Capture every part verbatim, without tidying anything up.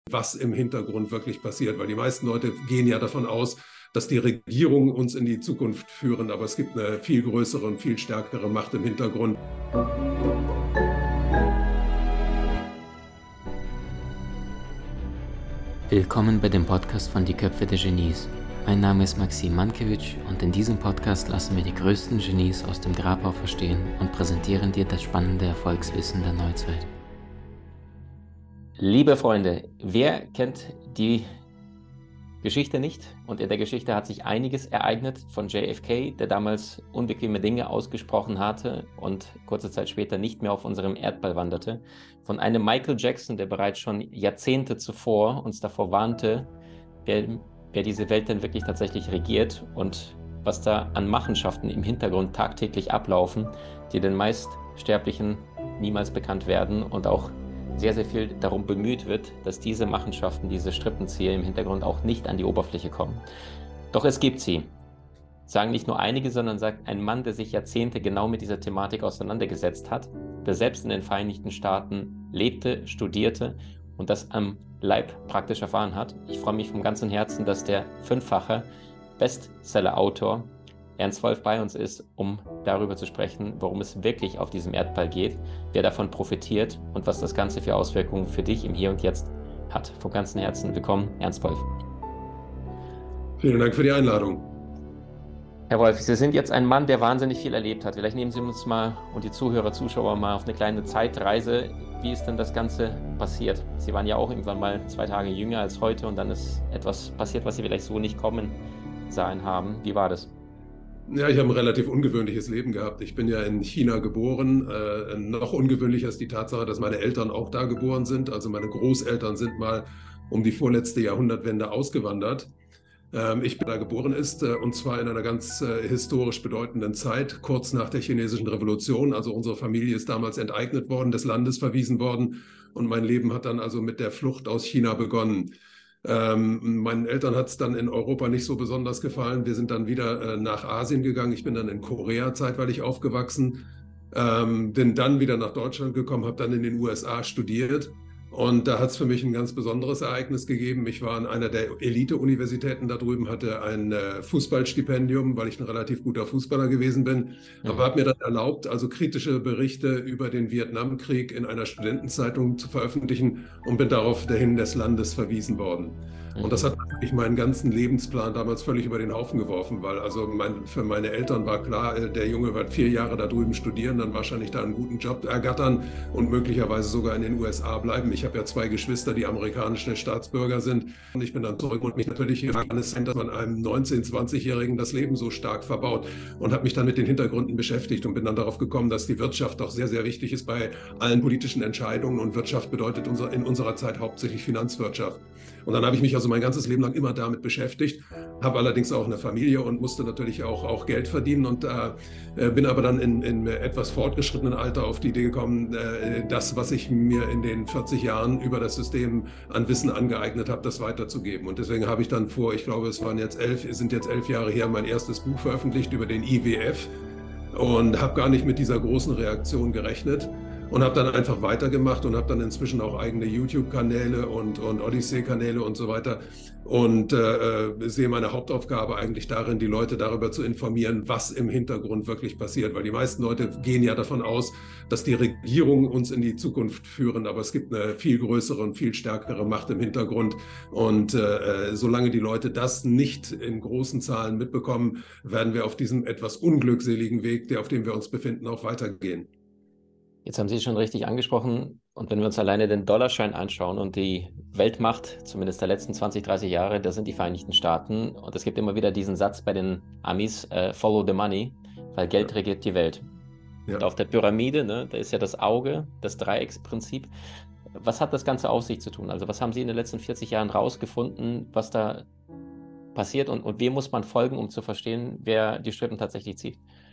was im Hintergrund wirklich passiert, weil die meisten Leute gehen ja davon aus, dass die Regierungen uns in die Zukunft führen, aber es gibt eine viel größere und viel stärkere Macht im Hintergrund. Willkommen bei dem Podcast von Die Köpfe der Genies. Mein Name ist Maxim Mankewitsch und in diesem Podcast lassen wir die größten Genies aus dem Grabau verstehen und präsentieren dir das spannende Erfolgswissen der Neuzeit. Liebe Freunde, wer kennt die Geschichte nicht? Und in der Geschichte hat sich einiges ereignet von J F K, der damals unbequeme Dinge ausgesprochen hatte und kurze Zeit später nicht mehr auf unserem Erdball wanderte. Von einem Michael Jackson, der bereits schon Jahrzehnte zuvor uns davor warnte, wer, wer diese Welt denn wirklich tatsächlich regiert und was da an Machenschaften im Hintergrund tagtäglich ablaufen, die den Meiststerblichen niemals bekannt werden und auch sehr, sehr viel darum bemüht wird, dass diese Machenschaften, diese Strippenzieher im Hintergrund auch nicht an die Oberfläche kommen. Doch es gibt sie. Sagen nicht nur einige, sondern sagt ein Mann, der sich Jahrzehnte genau mit dieser Thematik auseinandergesetzt hat, der selbst in den Vereinigten Staaten lebte, studierte und das am Leib praktisch erfahren hat. Ich freue mich vom ganzen Herzen, dass der fünffache Bestseller-Autor Ernst Wolf bei uns ist, um darüber zu sprechen, worum es wirklich auf diesem Erdball geht, wer davon profitiert und was das Ganze für Auswirkungen für dich im Hier und Jetzt hat. Vom ganzen Herzen willkommen, Ernst Wolf. Vielen Dank für die Einladung. Herr Wolf, Sie sind jetzt ein Mann, der wahnsinnig viel erlebt hat. Vielleicht nehmen Sie uns mal und die Zuhörer, Zuschauer mal auf eine kleine Zeitreise. Wie ist denn das Ganze passiert? Sie waren ja auch irgendwann mal zwei Tage jünger als heute und dann ist etwas passiert, was Sie vielleicht so nicht kommen sahen haben. Wie war das? Ja, ich habe ein relativ ungewöhnliches Leben gehabt. Ich bin ja in China geboren. Äh, noch ungewöhnlicher ist die Tatsache, dass meine Eltern auch da geboren sind. Also meine Großeltern sind mal um die vorletzte Jahrhundertwende ausgewandert. Ähm, ich bin da geboren ist, äh, und zwar in einer ganz äh, historisch bedeutenden Zeit, kurz nach der Chinesischen Revolution. Also unsere Familie ist damals enteignet worden, des Landes verwiesen worden. Und mein Leben hat dann also mit der Flucht aus China begonnen. Ähm, meinen Eltern hat es dann in Europa nicht so besonders gefallen. Wir sind dann wieder äh, nach Asien gegangen. Ich bin dann in Korea zeitweilig aufgewachsen, ähm, bin dann wieder nach Deutschland gekommen, habe dann in den U S A studiert. Und da hat es für mich ein ganz besonderes Ereignis gegeben. Ich war an einer der Elite-Universitäten da drüben, hatte ein äh, Fußballstipendium, weil ich ein relativ guter Fußballer gewesen bin. Mhm. Aber habe mir dann erlaubt, also kritische Berichte über den Vietnamkrieg in einer Studentenzeitung zu veröffentlichen und bin darauf dahin des Landes verwiesen worden. Mhm. Und das hat natürlich meinen ganzen Lebensplan damals völlig über den Haufen geworfen, weil also mein, für meine Eltern war klar, der Junge wird vier Jahre da drüben studieren, dann wahrscheinlich da einen guten Job ergattern und möglicherweise sogar in den U S A bleiben. Ich habe ja zwei Geschwister, die amerikanische Staatsbürger sind. Und ich bin dann zurück und mich natürlich gefragt, dass man einem neunzehn-, zwanzigjährigen das Leben so stark verbaut. Und habe mich dann mit den Hintergründen beschäftigt und bin dann darauf gekommen, dass die Wirtschaft doch sehr, sehr wichtig ist bei allen politischen Entscheidungen. Und Wirtschaft bedeutet in unserer Zeit hauptsächlich Finanzwirtschaft. Und dann habe ich mich also mein ganzes Leben lang immer damit beschäftigt, habe allerdings auch eine Familie und musste natürlich auch, auch Geld verdienen und äh, bin aber dann in, in etwas fortgeschrittenen Alter auf die Idee gekommen, äh, das, was ich mir in den vierzig Jahren über das System an Wissen angeeignet habe, das weiterzugeben. Und deswegen habe ich dann vor, ich glaube, es waren jetzt elf, sind jetzt elf Jahre her, mein erstes Buch veröffentlicht über den I W F und habe gar nicht mit dieser großen Reaktion gerechnet. Und habe dann einfach weitergemacht und habe dann inzwischen auch eigene YouTube-Kanäle und, und Odyssey-Kanäle und so weiter. Und äh, sehe meine Hauptaufgabe eigentlich darin, die Leute darüber zu informieren, was im Hintergrund wirklich passiert. Weil die meisten Leute gehen ja davon aus, dass die Regierungen uns in die Zukunft führen. Aber es gibt eine viel größere und viel stärkere Macht im Hintergrund. Und äh, solange die Leute das nicht in großen Zahlen mitbekommen, werden wir auf diesem etwas unglückseligen Weg, der auf dem wir uns befinden, auch weitergehen. Jetzt haben Sie es schon richtig angesprochen. Und wenn wir uns alleine den Dollarschein anschauen und die Weltmacht, zumindest der letzten zwanzig, dreißig Jahre, das sind die Vereinigten Staaten. Und es gibt immer wieder diesen Satz bei den Amis, äh, follow the money, weil Geld regiert die Welt. Ja. Und auf der Pyramide, ne, da ist ja das Auge, das Dreiecksprinzip. Was hat das Ganze auf sich zu tun? Also was haben Sie in den letzten vierzig Jahren rausgefunden, was da passiert und, und wem muss man folgen, um zu verstehen, wer die Strippen tatsächlich zieht?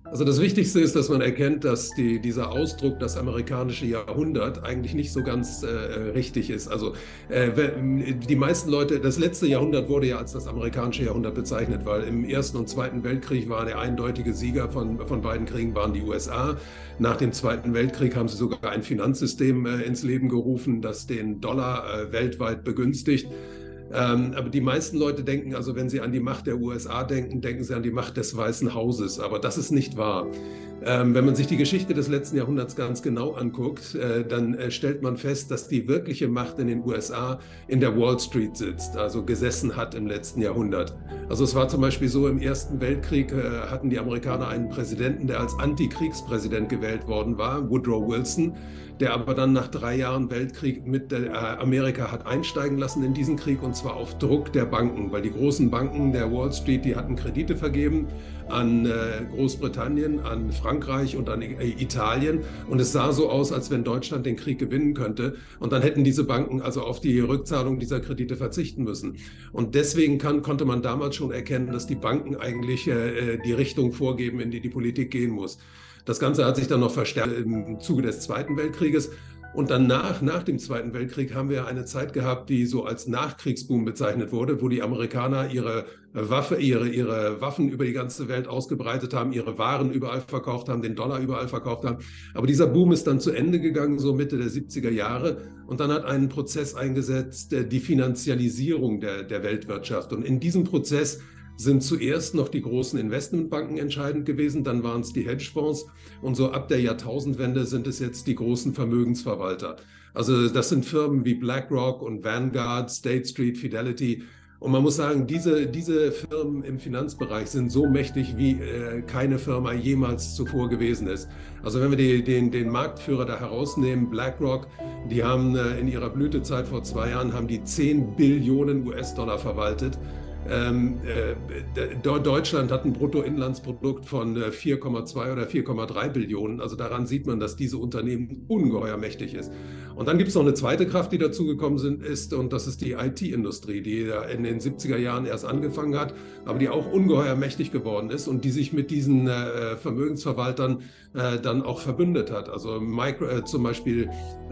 Also das Wichtigste ist, dass man erkennt, dass die, dieser Ausdruck, das amerikanische Jahrhundert, eigentlich nicht so ganz äh, richtig ist. Also äh, die meisten Leute, das letzte Jahrhundert wurde ja als das amerikanische Jahrhundert bezeichnet, weil im Ersten und Zweiten Weltkrieg war der eindeutige Sieger von, von beiden Kriegen waren die U S A. Nach dem Zweiten Weltkrieg haben sie sogar ein Finanzsystem äh, ins Leben gerufen, das den Dollar äh, weltweit begünstigt. Ähm, aber die meisten Leute denken, also wenn sie an die Macht der U S A denken, denken sie an die Macht des Weißen Hauses. Aber das ist nicht wahr. Ähm, wenn man sich die Geschichte des letzten Jahrhunderts ganz genau anguckt, äh, dann äh, stellt man fest, dass die wirkliche Macht in den U S A in der Wall Street sitzt, also gesessen hat im letzten Jahrhundert. Also es war zum Beispiel so, im Ersten Weltkrieg äh, hatten die Amerikaner einen Präsidenten, der als Antikriegspräsident gewählt worden war, Woodrow Wilson, der aber dann nach drei Jahren Weltkrieg mit der, äh, Amerika hat einsteigen lassen in diesen Krieg, und zwar auf Druck der Banken, weil die großen Banken der Wall Street, die hatten Kredite vergeben an äh, Großbritannien, an Frankreich und an äh, Italien, und es sah so aus, als wenn Deutschland den Krieg gewinnen könnte, und dann hätten diese Banken also auf die Rückzahlung dieser Kredite verzichten müssen. Und deswegen kann, konnte man damals schon erkennen, dass die Banken eigentlich äh, die Richtung vorgeben, in die die Politik gehen muss. Das Ganze hat sich dann noch verstärkt im Zuge des Zweiten Weltkrieges. Und danach, nach dem Zweiten Weltkrieg, haben wir eine Zeit gehabt, die so als Nachkriegsboom bezeichnet wurde, wo die Amerikaner ihre Waffe, ihre, ihre Waffen über die ganze Welt ausgebreitet haben, ihre Waren überall verkauft haben, den Dollar überall verkauft haben. Aber dieser Boom ist dann zu Ende gegangen, so Mitte der siebziger Jahre. Und dann hat einen Prozess eingesetzt, die Finanzialisierung der, der Weltwirtschaft. Und in diesem Prozess sind zuerst noch die großen Investmentbanken entscheidend gewesen, dann waren es die Hedgefonds, und so ab der Jahrtausendwende sind es jetzt die großen Vermögensverwalter. Also das sind Firmen wie BlackRock und Vanguard, State Street, Fidelity. Und man muss sagen, diese, diese Firmen im Finanzbereich sind so mächtig, wie äh, keine Firma jemals zuvor gewesen ist. Also wenn wir die, den, den Marktführer da herausnehmen, BlackRock, die haben äh, in ihrer Blütezeit vor zwei Jahren haben die zehn Billionen U S-Dollar verwaltet. Ähm, äh, Deutschland hat ein Bruttoinlandsprodukt von äh, vier Komma zwei oder vier Komma drei Billionen. Also daran sieht man, dass diese Unternehmen ungeheuer mächtig ist. Und dann gibt es noch eine zweite Kraft, die dazugekommen sind, ist, und das ist die I T-Industrie, die in den siebziger Jahren erst angefangen hat, aber die auch ungeheuer mächtig geworden ist und die sich mit diesen äh, Vermögensverwaltern äh, dann auch verbündet hat. Also Micro, äh, zum Beispiel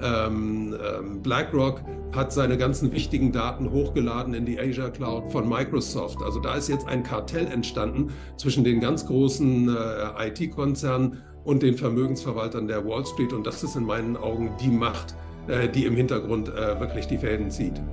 ähm, ähm, BlackRock hat seine ganzen wichtigen Daten hochgeladen in die Azure Cloud von Microsoft. Also da ist jetzt ein Kartell entstanden zwischen den ganz großen äh, I T-Konzernen und den Vermögensverwaltern der Wall Street. Und das ist in meinen Augen die Macht, äh, die im Hintergrund äh, wirklich die Fäden zieht.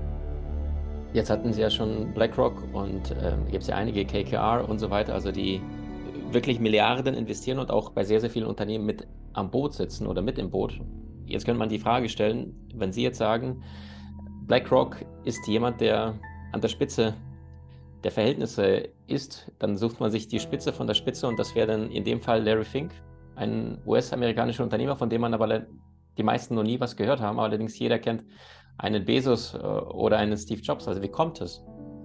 Jetzt hatten Sie ja schon BlackRock und äh, gibt es ja einige, K K R und so weiter, also die wirklich Milliarden investieren und auch bei sehr, sehr vielen Unternehmen mit am Boot sitzen oder mit im Boot. Jetzt könnte man die Frage stellen, wenn Sie jetzt sagen, BlackRock ist jemand, der an der Spitze der Verhältnisse ist, dann sucht man sich die Spitze von der Spitze, und das wäre dann in dem Fall Larry Fink, ein U S-amerikanischer Unternehmer, von dem man aber die meisten noch nie was gehört haben, allerdings jeder kennt einen Bezos oder einen Steve Jobs. Also wie kommt es?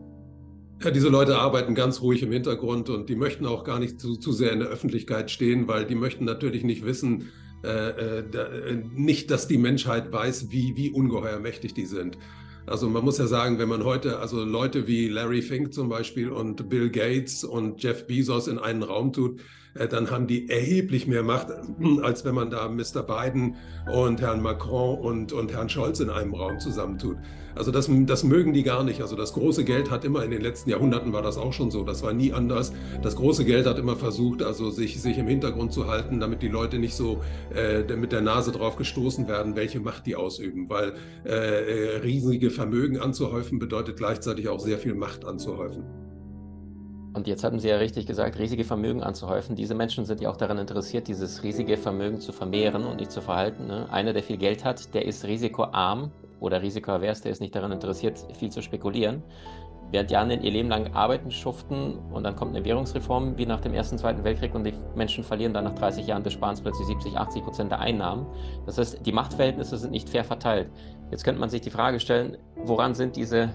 Ja, diese Leute arbeiten ganz ruhig im Hintergrund, und die möchten auch gar nicht zu, zu sehr in der Öffentlichkeit stehen, weil die möchten natürlich nicht wissen, äh, äh, nicht, dass die Menschheit weiß, wie, wie ungeheuer mächtig die sind. Also man muss ja sagen, wenn man heute also Leute wie Larry Fink zum Beispiel und Bill Gates und Jeff Bezos in einen Raum tut, äh, dann haben die erheblich mehr Macht, als wenn man da Mister Biden und Herrn Macron und, und Herrn Scholz in einem Raum zusammentut. Also das, das mögen die gar nicht. Also das große Geld hat immer, in den letzten Jahrhunderten war das auch schon so, das war nie anders. Das große Geld hat immer versucht, also sich, sich im Hintergrund zu halten, damit die Leute nicht so äh, mit der Nase drauf gestoßen werden, welche Macht die ausüben. Weil äh, riesige Vermögen anzuhäufen bedeutet gleichzeitig auch sehr viel Macht anzuhäufen. Und jetzt hatten Sie ja richtig gesagt, riesige Vermögen anzuhäufen. Diese Menschen sind ja auch daran interessiert, dieses riesige Vermögen zu vermehren und nicht zu verhalten. Ne? Einer, der viel Geld hat, der ist risikoarm oder risikoavers, der ist nicht daran interessiert, viel zu spekulieren. Während die anderen ihr Leben lang arbeiten, schuften, und dann kommt eine Währungsreform wie nach dem Ersten, Zweiten Weltkrieg, und die Menschen verlieren dann nach dreißig Jahren des Sparens plötzlich siebzig, achtzig Prozent der Einnahmen. Das heißt, die Machtverhältnisse sind nicht fair verteilt. Jetzt könnte man sich die Frage stellen, woran sind diese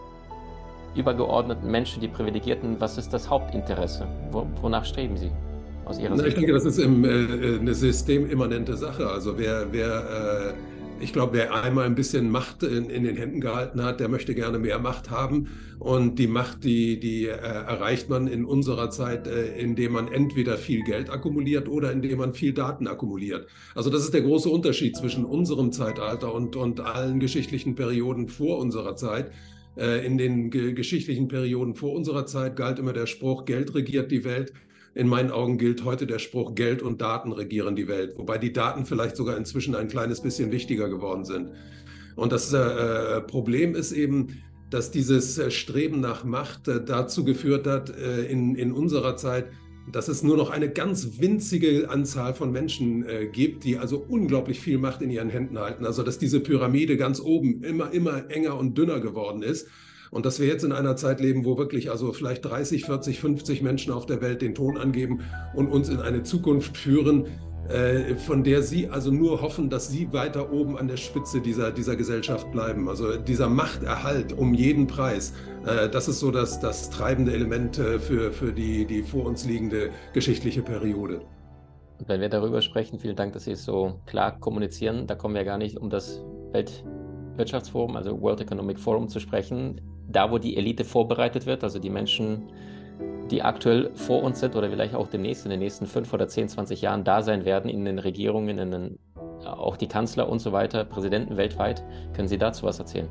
übergeordneten Menschen, die Privilegierten, was ist das Hauptinteresse? Wo, wonach streben sie aus Ihrer Na, Sicht? ich denke, das ist im, äh, eine systemimmanente Sache. Also wer, wer ich glaube, wer einmal ein bisschen Macht in, in den Händen gehalten hat, der möchte gerne mehr Macht haben. Und die Macht, die, die äh, erreicht man in unserer Zeit, äh, indem man entweder viel Geld akkumuliert oder indem man viel Daten akkumuliert. Also das ist der große Unterschied zwischen unserem Zeitalter und, und allen geschichtlichen Perioden vor unserer Zeit. Äh, in den ge geschichtlichen Perioden vor unserer Zeit galt immer der Spruch, Geld regiert die Welt. In meinen Augen gilt heute der Spruch, Geld und Daten regieren die Welt, wobei die Daten vielleicht sogar inzwischen ein kleines bisschen wichtiger geworden sind. Und das äh, Problem ist eben, dass dieses Streben nach Macht äh, dazu geführt hat, äh, in, in unserer Zeit, dass es nur noch eine ganz winzige Anzahl von Menschen äh, gibt, die also unglaublich viel Macht in ihren Händen halten. Also dass diese Pyramide ganz oben immer, immer enger und dünner geworden ist. Und dass wir jetzt in einer Zeit leben, wo wirklich also vielleicht dreißig, vierzig, fünfzig Menschen auf der Welt den Ton angeben und uns in eine Zukunft führen, äh, von der sie also nur hoffen, dass sie weiter oben an der Spitze dieser, dieser Gesellschaft bleiben. Also dieser Machterhalt um jeden Preis, äh, das ist so das, das treibende Element äh, für, für die, die vor uns liegende geschichtliche Periode. Und wenn wir darüber sprechen, vielen Dank, dass Sie es so klar kommunizieren, da kommen wir gar nicht um das Weltwirtschaftsforum, also World Economic Forum zu sprechen, da wo die Elite vorbereitet wird, also die Menschen, die aktuell vor uns sind oder vielleicht auch demnächst in den nächsten fünf oder zehn, zwanzig Jahren da sein werden, in den Regierungen, in den, auch die Kanzler und so weiter, Präsidenten weltweit. Können Sie dazu was erzählen?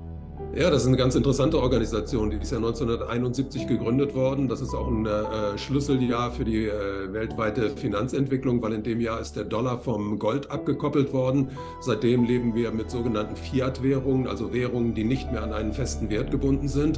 Ja, das ist eine ganz interessante Organisation. Die ist ja neunzehnhunderteinundsiebzig gegründet worden. Das ist auch ein äh, Schlüsseljahr für die äh, weltweite Finanzentwicklung, weil in dem Jahr ist der Dollar vom Gold abgekoppelt worden. Seitdem leben wir mit sogenannten Fiat-Währungen, also Währungen, die nicht mehr an einen festen Wert gebunden sind.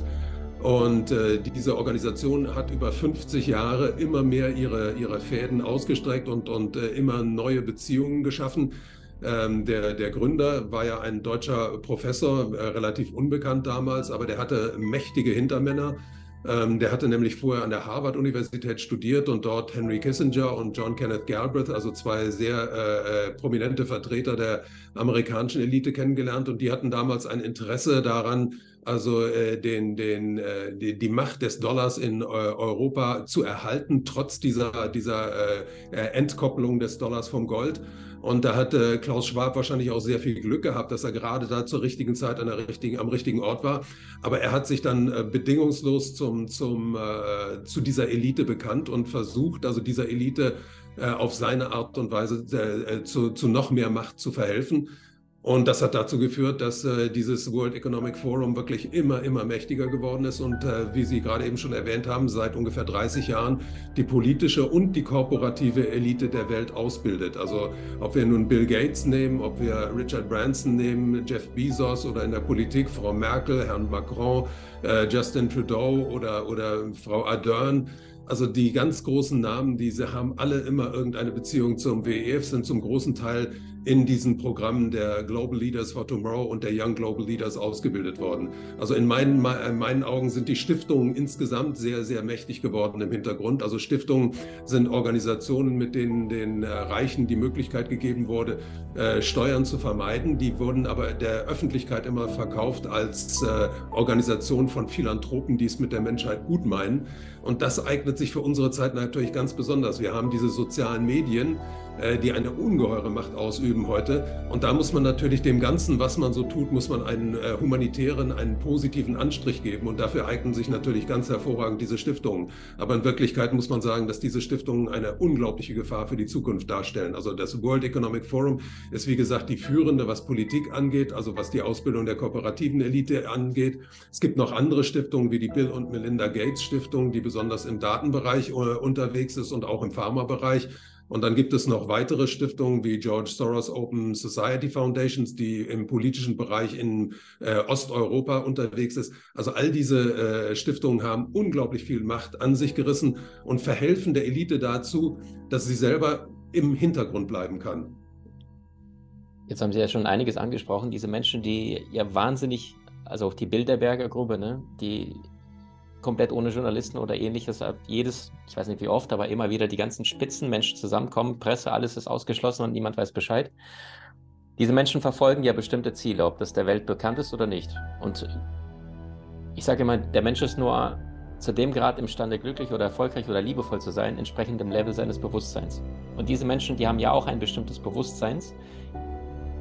Und äh, diese Organisation hat über fünfzig Jahre immer mehr ihre, ihre Fäden ausgestreckt und, und äh, immer neue Beziehungen geschaffen. Ähm, der, der Gründer war ja ein deutscher Professor, äh, relativ unbekannt damals, aber der hatte mächtige Hintermänner. Ähm, der hatte nämlich vorher an der Harvard-Universität studiert und dort Henry Kissinger und John Kenneth Galbraith, also zwei sehr äh, prominente Vertreter der amerikanischen Elite kennengelernt. Und die hatten damals ein Interesse daran, also äh, den, den, äh, die, die Macht des Dollars in äh, Europa zu erhalten, trotz dieser, dieser äh, Entkopplung des Dollars vom Gold. Und da hat äh, Klaus Schwab wahrscheinlich auch sehr viel Glück gehabt, dass er gerade da zur richtigen Zeit an der richtigen, am richtigen Ort war. Aber er hat sich dann äh, bedingungslos zum, zum, äh, zu dieser Elite bekannt und versucht, also dieser Elite äh, auf seine Art und Weise äh, zu, zu noch mehr Macht zu verhelfen. Und das hat dazu geführt, dass äh, dieses World Economic Forum wirklich immer, immer mächtiger geworden ist und äh, wie Sie gerade eben schon erwähnt haben, seit ungefähr dreißig Jahren die politische und die korporative Elite der Welt ausbildet. Also ob wir nun Bill Gates nehmen, ob wir Richard Branson nehmen, Jeff Bezos oder in der Politik Frau Merkel, Herrn Macron, äh, Justin Trudeau oder, oder Frau Ardern. Also die ganz großen Namen, diese haben alle immer irgendeine Beziehung zum W E F, sind zum großen Teil in diesen Programmen der Global Leaders for Tomorrow und der Young Global Leaders ausgebildet worden. Also in meinen, in meinen Augen sind die Stiftungen insgesamt sehr, sehr mächtig geworden im Hintergrund. Also Stiftungen sind Organisationen, mit denen den Reichen die Möglichkeit gegeben wurde, Steuern zu vermeiden. Die wurden aber der Öffentlichkeit immer verkauft als Organisation von Philanthropen, die es mit der Menschheit gut meinen. Und das eignet sich für unsere Zeit natürlich ganz besonders. Wir haben diese sozialen Medien, die eine ungeheure Macht ausüben heute. Und da muss man natürlich dem Ganzen, was man so tut, muss man einen äh, humanitären, einen positiven Anstrich geben. Und dafür eignen sich natürlich ganz hervorragend diese Stiftungen. Aber in Wirklichkeit muss man sagen, dass diese Stiftungen eine unglaubliche Gefahr für die Zukunft darstellen. Also das World Economic Forum ist, wie gesagt, die führende, was Politik angeht, also was die Ausbildung der kooperativen Elite angeht. Es gibt noch andere Stiftungen wie die Bill und Melinda Gates Stiftung, die besonders im Datenbereich äh, unterwegs ist und auch im Pharmabereich. Und dann gibt es noch weitere Stiftungen wie George Soros Open Society Foundations, die im politischen Bereich in äh, Osteuropa unterwegs ist. Also all diese äh, Stiftungen haben unglaublich viel Macht an sich gerissen und verhelfen der Elite dazu, dass sie selber im Hintergrund bleiben kann. Jetzt haben Sie ja schon einiges angesprochen. Diese Menschen, die ja wahnsinnig, also auch die Bilderberger Gruppe, ne, die komplett ohne Journalisten oder ähnliches, jedes, ich weiß nicht wie oft, aber immer wieder die ganzen Spitzenmenschen zusammenkommen, Presse, alles ist ausgeschlossen und niemand weiß Bescheid. Diese Menschen verfolgen ja bestimmte Ziele, ob das der Welt bekannt ist oder nicht. Und ich sage immer, der Mensch ist nur zu dem Grad imstande, glücklich oder erfolgreich oder liebevoll zu sein, entsprechend dem Level seines Bewusstseins. Und diese Menschen, die haben ja auch ein bestimmtes Bewusstsein,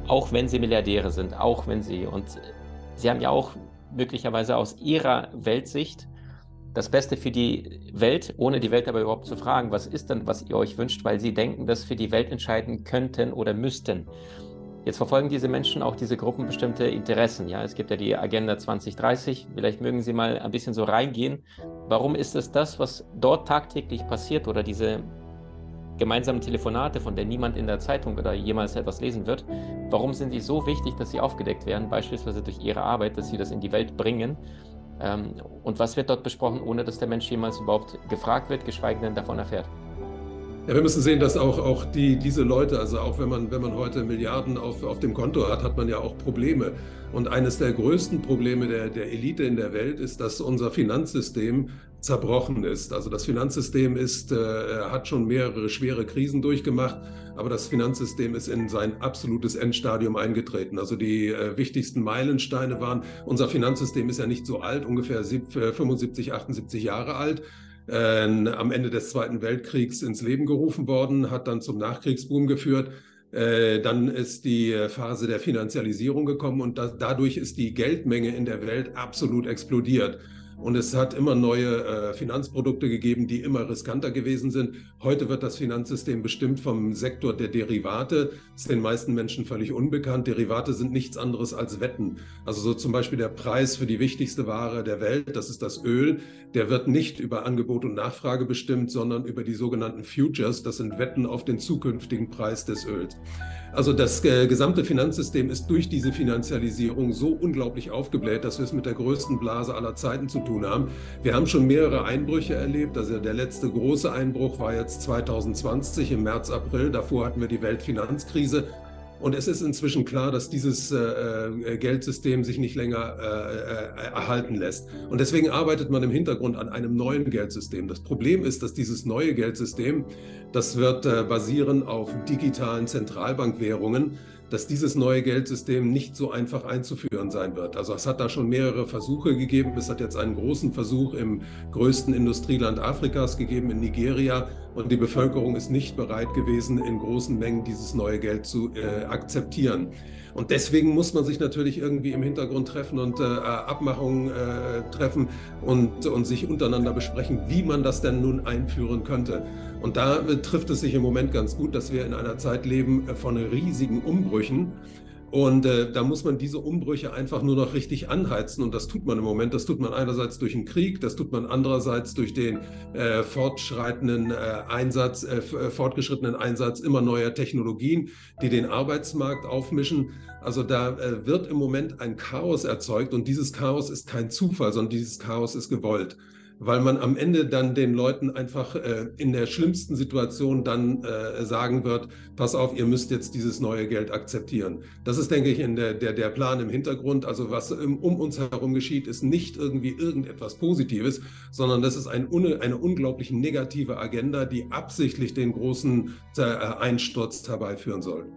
auch wenn sie Milliardäre sind, auch wenn sie, und sie haben ja auch möglicherweise aus ihrer Weltsicht das Beste für die Welt, ohne die Welt aber überhaupt zu fragen, was ist denn, was ihr euch wünscht, weil sie denken, dass für die Welt entscheiden könnten oder müssten. Jetzt verfolgen diese Menschen, auch diese Gruppen, bestimmte Interessen. Ja, es gibt ja die Agenda zwanzig dreißig. Vielleicht mögen Sie mal ein bisschen so reingehen. Warum ist es das, was dort tagtäglich passiert, oder diese gemeinsamen Telefonate, von denen niemand in der Zeitung oder jemals etwas lesen wird, warum sind die so wichtig, dass sie aufgedeckt werden, beispielsweise durch ihre Arbeit, dass sie das in die Welt bringen? Ähm, und was wird dort besprochen, ohne dass der Mensch jemals überhaupt gefragt wird, geschweige denn davon erfährt? Ja, wir müssen sehen, dass auch, auch die, diese Leute, also auch wenn man, wenn man heute Milliarden auf, auf dem Konto hat, hat man ja auch Probleme. Und eines der größten Probleme der, der Elite in der Welt ist, dass unser Finanzsystem zerbrochen ist. Also das Finanzsystem ist, äh, hat schon mehrere schwere Krisen durchgemacht, aber das Finanzsystem ist in sein absolutes Endstadium eingetreten. Also die äh, wichtigsten Meilensteine waren, unser Finanzsystem ist ja nicht so alt, ungefähr fünfundsiebzig, achtundsiebzig Jahre alt. Äh, am Ende des Zweiten Weltkriegs ins Leben gerufen worden, hat dann zum Nachkriegsboom geführt. Äh, dann ist die Phase der Finanzialisierung gekommen und da, dadurch ist die Geldmenge in der Welt absolut explodiert. Und es hat immer neue äh, Finanzprodukte gegeben, die immer riskanter gewesen sind. Heute wird das Finanzsystem bestimmt vom Sektor der Derivate. Das ist den meisten Menschen völlig unbekannt. Derivate sind nichts anderes als Wetten. Also so zum Beispiel der Preis für die wichtigste Ware der Welt, das ist das Öl, der wird nicht über Angebot und Nachfrage bestimmt, sondern über die sogenannten Futures. Das sind Wetten auf den zukünftigen Preis des Öls. Also das äh, gesamte Finanzsystem ist durch diese Finanzialisierung so unglaublich aufgebläht, dass wir es mit der größten Blase aller Zeiten zu tun haben. Wir haben schon mehrere Einbrüche erlebt. Also der letzte große Einbruch war jetzt zweitausendzwanzig im März, April. Davor hatten wir die Weltfinanzkrise. Und es ist inzwischen klar, dass dieses äh, Geldsystem sich nicht länger äh, erhalten lässt. Und deswegen arbeitet man im Hintergrund an einem neuen Geldsystem. Das Problem ist, dass dieses neue Geldsystem, das wird äh, basieren auf digitalen Zentralbankwährungen, dass dieses neue Geldsystem nicht so einfach einzuführen sein wird. Also es hat da schon mehrere Versuche gegeben. Es hat jetzt einen großen Versuch im größten Industrieland Afrikas gegeben, in Nigeria. Und die Bevölkerung ist nicht bereit gewesen, in großen Mengen dieses neue Geld zu äh, akzeptieren. Und deswegen muss man sich natürlich irgendwie im Hintergrund treffen und äh, Abmachungen äh, treffen und, und sich untereinander besprechen, wie man das denn nun einführen könnte. Und da äh, trifft es sich im Moment ganz gut, dass wir in einer Zeit leben äh, von riesigen Umbrüchen. Und äh, da muss man diese Umbrüche einfach nur noch richtig anheizen. Und das tut man im Moment. Das tut man einerseits durch den Krieg, das tut man andererseits durch den äh, fortschreitenden äh, Einsatz, äh, fortgeschrittenen Einsatz immer neuer Technologien, die den Arbeitsmarkt aufmischen. Also da äh, wird im Moment ein Chaos erzeugt. Und dieses Chaos ist kein Zufall, sondern dieses Chaos ist gewollt. Weil man am Ende dann den Leuten einfach äh, in der schlimmsten Situation dann äh, sagen wird, pass auf, ihr müsst jetzt dieses neue Geld akzeptieren. Das ist, denke ich, in der, der, der Plan im Hintergrund. Also was um uns herum geschieht, ist nicht irgendwie irgendetwas Positives, sondern das ist ein, eine unglaublich negative Agenda, die absichtlich den großen äh, Einsturz herbeiführen soll.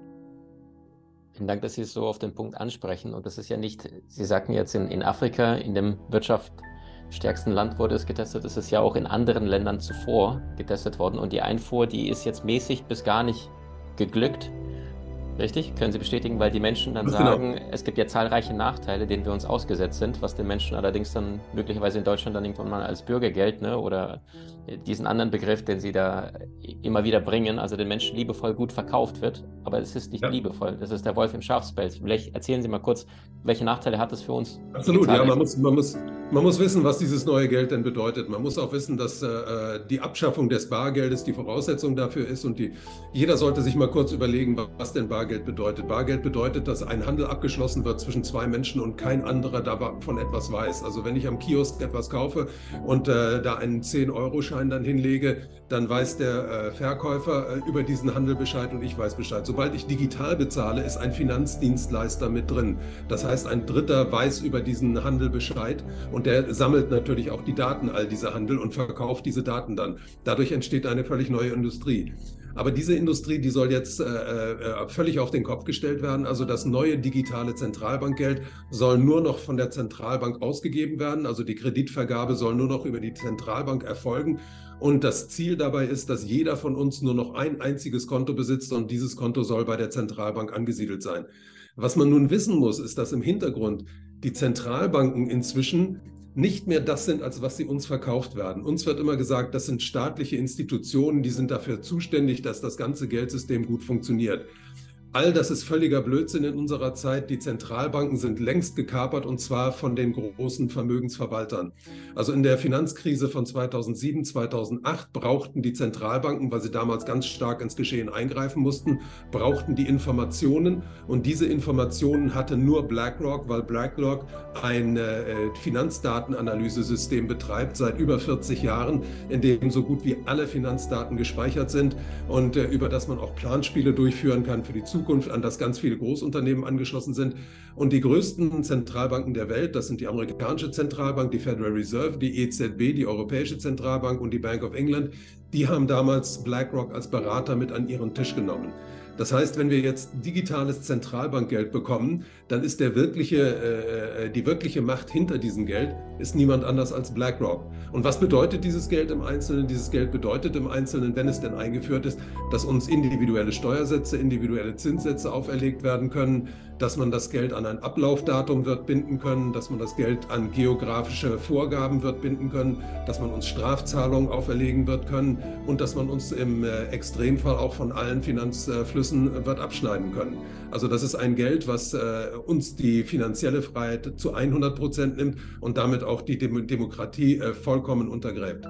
Vielen Dank, dass Sie es so auf den Punkt ansprechen. Und das ist ja nicht, Sie sagten jetzt in, in Afrika, in dem Wirtschaft stärksten Land wurde es getestet. Es ist ja auch in anderen Ländern zuvor getestet worden. Und die Einfuhr, die ist jetzt mäßig bis gar nicht geglückt. Richtig? Können Sie bestätigen, weil die Menschen dann sagen, genau, es gibt ja zahlreiche Nachteile, denen wir uns ausgesetzt sind, was den Menschen allerdings dann möglicherweise in Deutschland dann irgendwann mal als Bürgergeld, ne, oder diesen anderen Begriff, den Sie da immer wieder bringen, also den Menschen liebevoll gut verkauft wird, aber es ist nicht ja. liebevoll, das ist der Wolf im Schafspelz. Vielleicht erzählen Sie mal kurz, welche Nachteile hat es für uns? Absolut, ja, man muss, man, muss, man muss wissen, was dieses neue Geld denn bedeutet. Man muss auch wissen, dass äh, die Abschaffung des Bargeldes die Voraussetzung dafür ist und die, jeder sollte sich mal kurz überlegen, was denn Bargeld bedeutet. Bargeld bedeutet, dass ein Handel abgeschlossen wird zwischen zwei Menschen und kein anderer davon etwas weiß. Also wenn ich am Kiosk etwas kaufe und äh, da einen zehn-Euro-Schein dann hinlege, dann weiß der äh, Verkäufer äh, über diesen Handel Bescheid und ich weiß Bescheid. Sobald ich digital bezahle, ist ein Finanzdienstleister mit drin. Das heißt, ein Dritter weiß über diesen Handel Bescheid und der sammelt natürlich auch die Daten all dieser Handel und verkauft diese Daten dann. Dadurch entsteht eine völlig neue Industrie. Aber diese Industrie, die soll jetzt äh, äh, völlig auf den Kopf gestellt werden. Also das neue digitale Zentralbankgeld soll nur noch von der Zentralbank ausgegeben werden. Also die Kreditvergabe soll nur noch über die Zentralbank erfolgen. Und das Ziel dabei ist, dass jeder von uns nur noch ein einziges Konto besitzt und dieses Konto soll bei der Zentralbank angesiedelt sein. Was man nun wissen muss, ist, dass im Hintergrund die Zentralbanken inzwischen nicht mehr das sind, als was sie uns verkauft werden. Uns wird immer gesagt, das sind staatliche Institutionen, die sind dafür zuständig, dass das ganze Geldsystem gut funktioniert. All das ist völliger Blödsinn in unserer Zeit. Die Zentralbanken sind längst gekapert, und zwar von den großen Vermögensverwaltern. Also in der Finanzkrise von zweitausendsieben, zweitausendacht brauchten die Zentralbanken, weil sie damals ganz stark ins Geschehen eingreifen mussten, brauchten die Informationen. Und diese Informationen hatte nur BlackRock, weil BlackRock ein äh, Finanzdatenanalyse-System betreibt seit über vierzig Jahren, in dem so gut wie alle Finanzdaten gespeichert sind und äh, über das man auch Planspiele durchführen kann für die Zukunft. Zukunft, an das ganz viele Großunternehmen angeschlossen sind. Und die größten Zentralbanken der Welt, das sind die amerikanische Zentralbank, die Federal Reserve, die E Z B, die Europäische Zentralbank und die Bank of England, die haben damals BlackRock als Berater mit an ihren Tisch genommen. Das heißt, wenn wir jetzt digitales Zentralbankgeld bekommen, dann ist der wirkliche, äh, die wirkliche Macht hinter diesem Geld ist niemand anders als BlackRock. Und was bedeutet dieses Geld im Einzelnen? Dieses Geld bedeutet im Einzelnen, wenn es denn eingeführt ist, dass uns individuelle Steuersätze, individuelle Zinssätze auferlegt werden können, dass man das Geld an ein Ablaufdatum wird binden können, dass man das Geld an geografische Vorgaben wird binden können, dass man uns Strafzahlungen auferlegen wird können und dass man uns im äh, Extremfall auch von allen Finanzflüssen wird abschneiden können. Also das ist ein Geld, was äh, uns die finanzielle Freiheit zu hundert Prozent nimmt und damit auch die Dem- Demokratie äh, vollkommen untergräbt.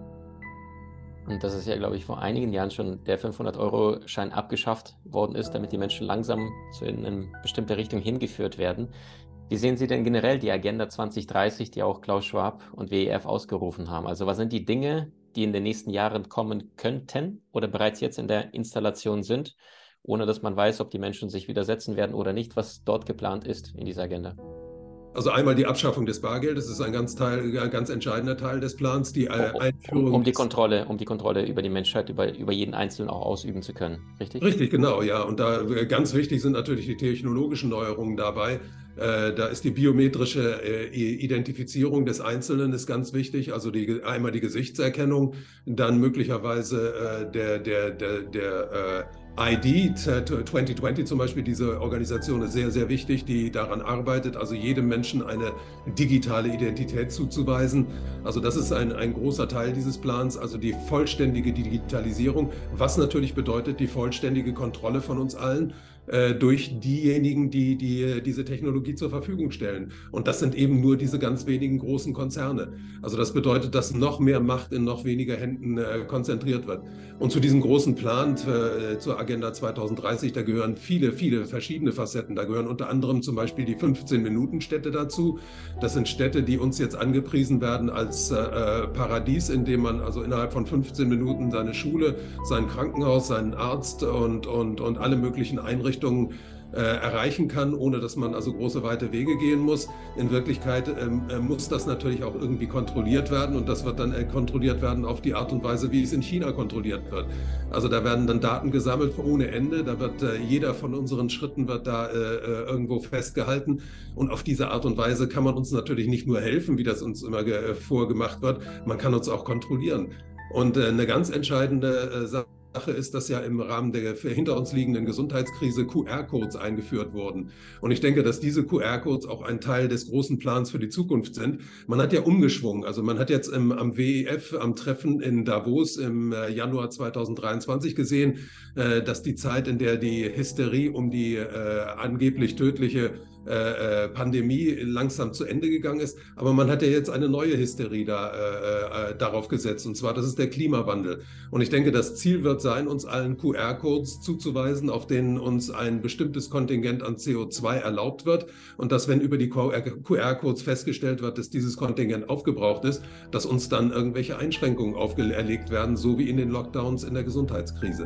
Und das ist ja, glaube ich, vor einigen Jahren schon der fünfhundert-Euro-Schein abgeschafft worden ist, damit die Menschen langsam zu in eine bestimmte Richtung hingeführt werden. Wie sehen Sie denn generell die Agenda zwanzig dreißig, die auch Klaus Schwab und W E F ausgerufen haben? Also was sind die Dinge, die in den nächsten Jahren kommen könnten oder bereits jetzt in der Installation sind, ohne dass man weiß, ob die Menschen sich widersetzen werden oder nicht, was dort geplant ist in dieser Agenda? Also einmal die Abschaffung des Bargeldes, das ist ein ganz, Teil, ein ganz entscheidender Teil des Plans, die äh, Einführung. Um, um die Kontrolle, um die Kontrolle über die Menschheit, über, über jeden Einzelnen auch ausüben zu können, richtig? Richtig, genau, ja. Und da äh, ganz wichtig sind natürlich die technologischen Neuerungen dabei. Äh, da ist die biometrische äh, Identifizierung des Einzelnen ist ganz wichtig. Also die, einmal die Gesichtserkennung, dann möglicherweise äh, der, der, der, der äh, I D zwanzig zwanzig zum Beispiel, diese Organisation ist sehr, sehr wichtig, die daran arbeitet, also jedem Menschen eine digitale Identität zuzuweisen. Also das ist ein, ein großer Teil dieses Plans, also die vollständige Digitalisierung, was natürlich bedeutet die vollständige Kontrolle von uns allen äh, durch diejenigen, die, die diese Technologie zur Verfügung stellen. Und das sind eben nur diese ganz wenigen großen Konzerne. Also das bedeutet, dass noch mehr Macht in noch weniger Händen äh, konzentriert wird. Und zu diesem großen Plan äh, zur Agenda zwanzig dreißig, da gehören viele, viele verschiedene Facetten. Da gehören unter anderem zum Beispiel die fünfzehn-Minuten-Städte dazu. Das sind Städte, die uns jetzt angepriesen werden als äh, Paradies, in dem man also innerhalb von fünfzehn Minuten seine Schule, sein Krankenhaus, seinen Arzt und, und, und alle möglichen Einrichtungen äh, erreichen kann, ohne dass man also große, weite Wege gehen muss. In Wirklichkeit ähm, äh, muss das natürlich auch irgendwie kontrolliert werden, und das wird dann äh, kontrolliert werden auf die Art und Weise, wie es in China kontrolliert wird. Also da werden dann Daten gesammelt ohne Ende, da wird äh, jeder von unseren Schritten wird da äh, irgendwo festgehalten, und auf diese Art und Weise kann man uns natürlich nicht nur helfen, wie das uns immer äh, vorgemacht wird, man kann uns auch kontrollieren. Und äh, eine ganz entscheidende äh, Sache Sache ist, dass ja im Rahmen der hinter uns liegenden Gesundheitskrise Q R-Codes eingeführt wurden. Und ich denke, dass diese Q R-Codes auch ein Teil des großen Plans für die Zukunft sind. Man hat ja umgeschwungen. Also man hat jetzt im, am W E F, am Treffen in Davos im Januar zweitausenddreiundzwanzig gesehen, äh, dass die Zeit, in der die Hysterie um die äh, angeblich tödliche Äh, Pandemie langsam zu Ende gegangen ist. Aber man hat ja jetzt eine neue Hysterie da, äh, äh, darauf gesetzt, und zwar das ist der Klimawandel. Und ich denke, das Ziel wird sein, uns allen Q R-Codes zuzuweisen, auf denen uns ein bestimmtes Kontingent an C O zwei erlaubt wird, und dass, wenn über die Q R-Codes festgestellt wird, dass dieses Kontingent aufgebraucht ist, dass uns dann irgendwelche Einschränkungen auferlegt werden, so wie in den Lockdowns in der Gesundheitskrise.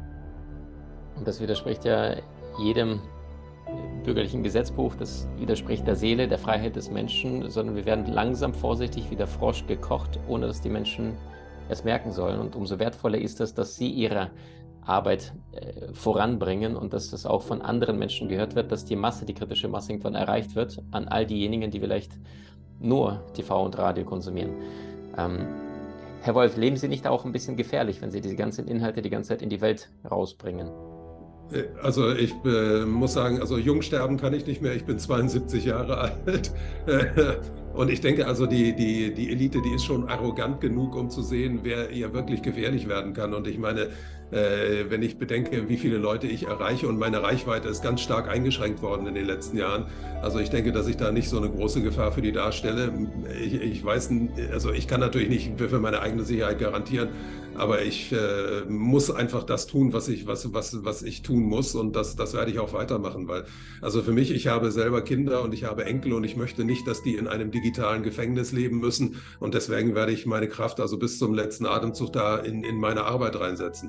Und das widerspricht ja jedem bürgerlichen Gesetzbuch, das widerspricht der Seele, der Freiheit des Menschen, sondern wir werden langsam vorsichtig wie der Frosch gekocht, ohne dass die Menschen es merken sollen. Und umso wertvoller ist es, dass sie ihre Arbeit äh, voranbringen und dass das auch von anderen Menschen gehört wird, dass die Masse, die kritische Masse irgendwann erreicht wird, an all diejenigen, die vielleicht nur T V und Radio konsumieren. Ähm, Herr Wolf, leben Sie nicht auch ein bisschen gefährlich, wenn Sie diese ganzen Inhalte die ganze Zeit in die Welt rausbringen? Also ich äh, muss sagen, also jung sterben kann ich nicht mehr. Ich bin zweiundsiebzig Jahre alt. Und ich denke also, die, die, die Elite, die ist schon arrogant genug, um zu sehen, wer ihr wirklich gefährlich werden kann. Und ich meine, äh, wenn ich bedenke, wie viele Leute ich erreiche, und meine Reichweite ist ganz stark eingeschränkt worden in den letzten Jahren. Also ich denke, dass ich da nicht so eine große Gefahr für die darstelle. Ich, ich weiß, also ich kann natürlich nicht für meine eigene Sicherheit garantieren, aber ich äh, muss einfach das tun, was ich, was, was, was ich tun muss, und das, das werde ich auch weitermachen, weil also für mich, ich habe selber Kinder und ich habe Enkel und ich möchte nicht, dass die in einem digitalen Gefängnis leben müssen, und deswegen werde ich meine Kraft also bis zum letzten Atemzug da in, in meine Arbeit reinsetzen.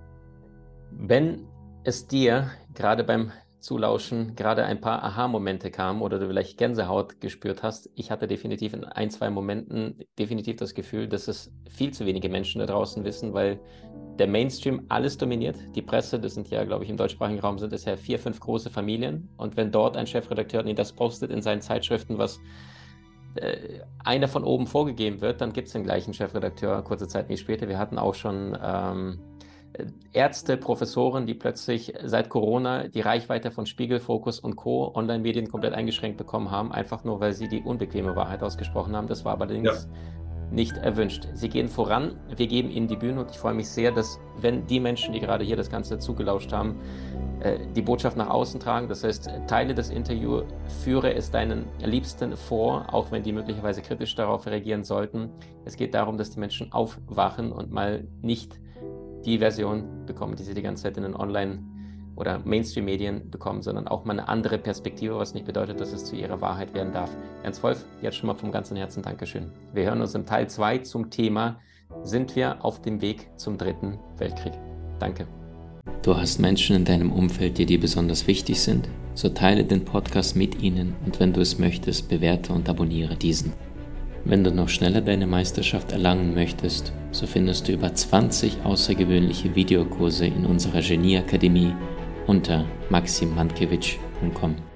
Wenn es dir gerade beim Zulauschen gerade ein paar Aha-Momente kamen oder du vielleicht Gänsehaut gespürt hast, ich hatte definitiv in ein, zwei Momenten definitiv das Gefühl, dass es viel zu wenige Menschen da draußen wissen, weil der Mainstream alles dominiert. Die Presse, das sind ja, glaube ich, im deutschsprachigen Raum sind es ja vier, fünf große Familien, und wenn dort ein Chefredakteur das postet in seinen Zeitschriften, was äh, einer von oben vorgegeben wird, dann gibt es den gleichen Chefredakteur kurze Zeit nicht später. Wir hatten auch schon ähm, Ärzte, Professoren, die plötzlich seit Corona die Reichweite von Spiegel, Focus und Co. Online-Medien komplett eingeschränkt bekommen haben, einfach nur, weil sie die unbequeme Wahrheit ausgesprochen haben. Das war allerdings ja. nicht erwünscht. Sie gehen voran, wir geben ihnen die Bühne, und ich freue mich sehr, dass, wenn die Menschen, die gerade hier das Ganze zugelauscht haben, die Botschaft nach außen tragen. Das heißt, teile das Interview, führe es deinen Liebsten vor, auch wenn die möglicherweise kritisch darauf reagieren sollten. Es geht darum, dass die Menschen aufwachen und mal nicht die Version bekommen, die sie die ganze Zeit in den Online- oder Mainstream-Medien bekommen, sondern auch mal eine andere Perspektive, was nicht bedeutet, dass es zu ihrer Wahrheit werden darf. Ernst Wolf, jetzt schon mal vom ganzen Herzen Dankeschön. Wir hören uns im Teil zwei zum Thema: Sind wir auf dem Weg zum Dritten Weltkrieg? Danke. Du hast Menschen in deinem Umfeld, die dir besonders wichtig sind? So teile den Podcast mit ihnen, und wenn du es möchtest, bewerte und abonniere diesen. Wenn du noch schneller deine Meisterschaft erlangen möchtest, so findest du über zwanzig außergewöhnliche Videokurse in unserer Genie-Akademie unter maxim mankiewicz punkt com.